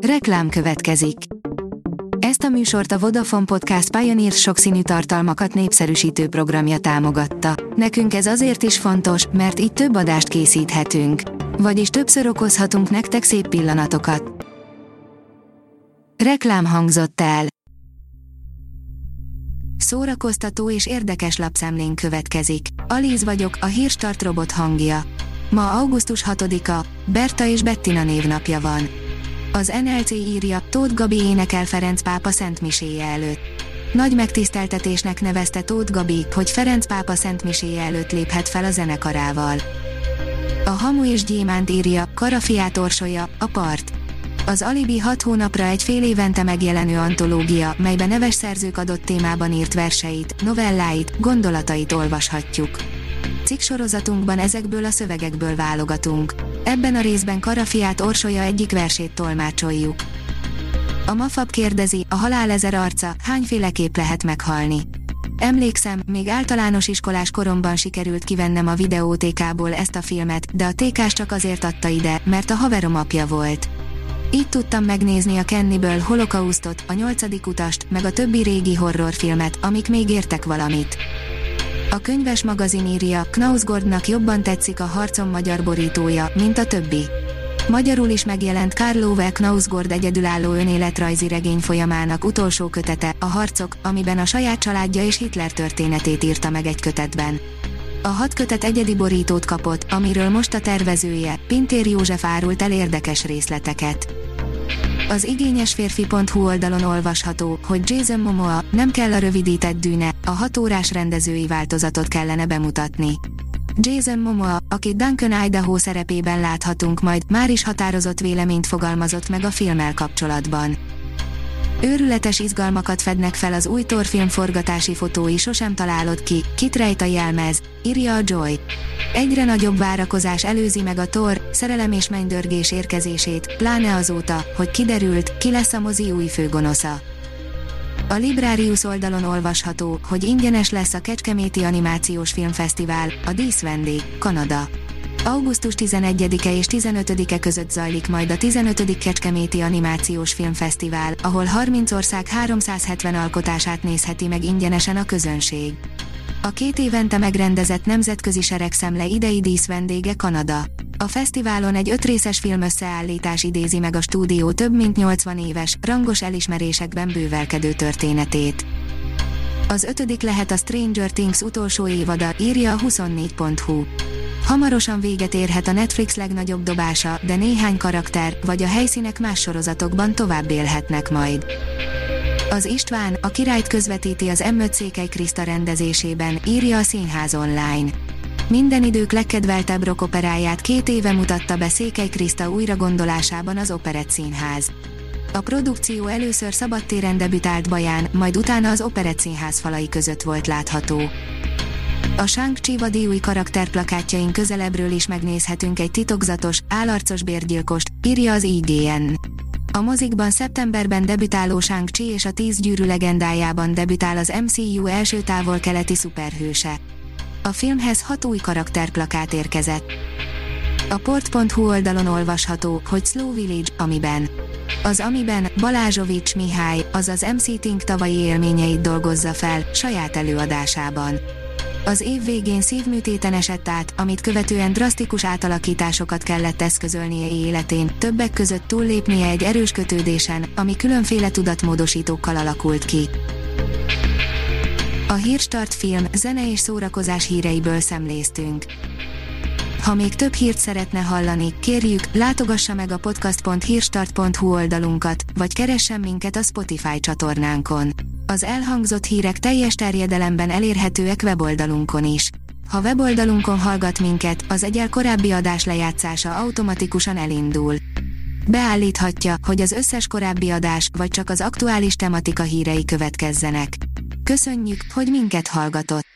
Reklám következik. Ezt a műsort a Vodafone Podcast Pioneer sokszínű tartalmakat népszerűsítő programja támogatta. Nekünk ez azért is fontos, mert így több adást készíthetünk. Vagyis többször okozhatunk nektek szép pillanatokat. Reklám hangzott el. Szórakoztató és érdekes lapszemlén következik. Alíz vagyok, a Hírstart robot hangja. Ma augusztus 6-a, Berta és Bettina névnapja van. Az NLC írja, Tóth Gabi énekel Ferenc pápa szentmiséje előtt. Nagy megtiszteltetésnek nevezte Tóth Gabi, hogy Ferenc pápa szentmiséje előtt léphet fel a zenekarával. A Hamu és Gyémánt írja, Karafiát orsolya, a part. Az Alibi 6 hónapra egy fél évente megjelenő antológia, melyben neves szerzők adott témában írt verseit, novelláit, gondolatait olvashatjuk. Cikksorozatunkban ezekből a szövegekből válogatunk. Ebben a részben Karafiát orsolya egyik versét tolmácsoljuk. A Mafab kérdezi, a halál ezer arca, hányféleképp lehet meghalni? Emlékszem, még általános iskolás koromban sikerült kivennem a videótékából ezt a filmet, de a tékás csak azért adta ide, mert a haverom apja volt. Így tudtam megnézni a Cannibal Holokausztot, a 8. utast, meg a többi régi horrorfilmet, amik még értek valamit. A Könyves magazin írja, Knausgårdnak jobban tetszik a Harcom magyar borítója, mint a többi. Magyarul is megjelent Karl Ove Knausgård egyedülálló önéletrajzi regény folyamának utolsó kötete, a Harcok, amiben a saját családja és Hitler történetét írta meg egy kötetben. A 6 kötet egyedi borítót kapott, amiről most a tervezője, Pintér József árult el érdekes részleteket. Az igényesférfi.hu oldalon olvasható, hogy Jason Momoa, nem kell a rövidített Dűne, a 6 órás rendezői változatot kellene bemutatni. Jason Momoa, akit Duncan Idaho szerepében láthatunk majd, már is határozott véleményt fogalmazott meg a filmmel kapcsolatban. Őrületes izgalmakat fednek fel az új Thor film forgatási fotói, sosem találod ki, kit rejt a jelmez, írja a Joy. Egyre nagyobb várakozás előzi meg a Thor, szerelem és mennydörgés érkezését, pláne azóta, hogy kiderült, ki lesz a mozi új főgonosza. A Librarius oldalon olvasható, hogy ingyenes lesz a Kecskeméti Animációs Filmfesztivál, a díszvendég, Kanada. Augusztus 11-e és 15-e között zajlik majd a 15. Kecskeméti Animációs Filmfesztivál, ahol 30 ország 370 alkotását nézheti meg ingyenesen a közönség. A 2 évente megrendezett nemzetközi seregszemle idei díszvendége Kanada. A fesztiválon egy 5 részes filmösszeállítás idézi meg a stúdió több mint 80 éves, rangos elismerésekben bővelkedő történetét. Az 5. lehet a Stranger Things utolsó évada, írja a 24.hu. Hamarosan véget érhet a Netflix legnagyobb dobása, de néhány karakter, vagy a helyszínek más sorozatokban tovább élhetnek majd. Az István, a Királyt közvetíti az M5 Székely Kriszta rendezésében, írja a Színház online. Minden idők legkedveltebb rockoperáját 2 éve mutatta be Székely Kriszta újragondolásában az Operett Színház. A produkció először szabadtéren debütált Baján, majd utána az Operett Színház falai között volt látható. A Shang-Chi vadi új karakterplakátjain közelebbről is megnézhetünk egy titokzatos, álarcos bérgyilkost, írja az IGN. A mozikban szeptemberben debütáló Shang-Chi és a 10 gyűrű legendájában debütál az MCU első távol-keleti szuperhőse. A filmhez 6 új karakterplakát érkezett. A port.hu oldalon olvasható, hogy Slow Village, amiben Balázsovics Mihály, azaz MC Tink tavalyi élményeit dolgozza fel, saját előadásában. Az év végén szívműtéten esett át, amit követően drasztikus átalakításokat kellett eszközölnie életén, többek között túllépnie egy erős kötődésen, ami különféle tudatmódosítókkal alakult ki. A Hírstart film, zene és szórakozás híreiből szemléztünk. Ha még több hírt szeretne hallani, kérjük, látogassa meg a podcast.hírstart.hu oldalunkat, vagy keressen minket a Spotify csatornánkon. Az elhangzott hírek teljes terjedelemben elérhetőek weboldalunkon is. Ha weboldalunkon hallgat minket, az egyel korábbi adás lejátszása automatikusan elindul. Beállíthatja, hogy az összes korábbi adás, vagy csak az aktuális tematika hírei következzenek. Köszönjük, hogy minket hallgatott!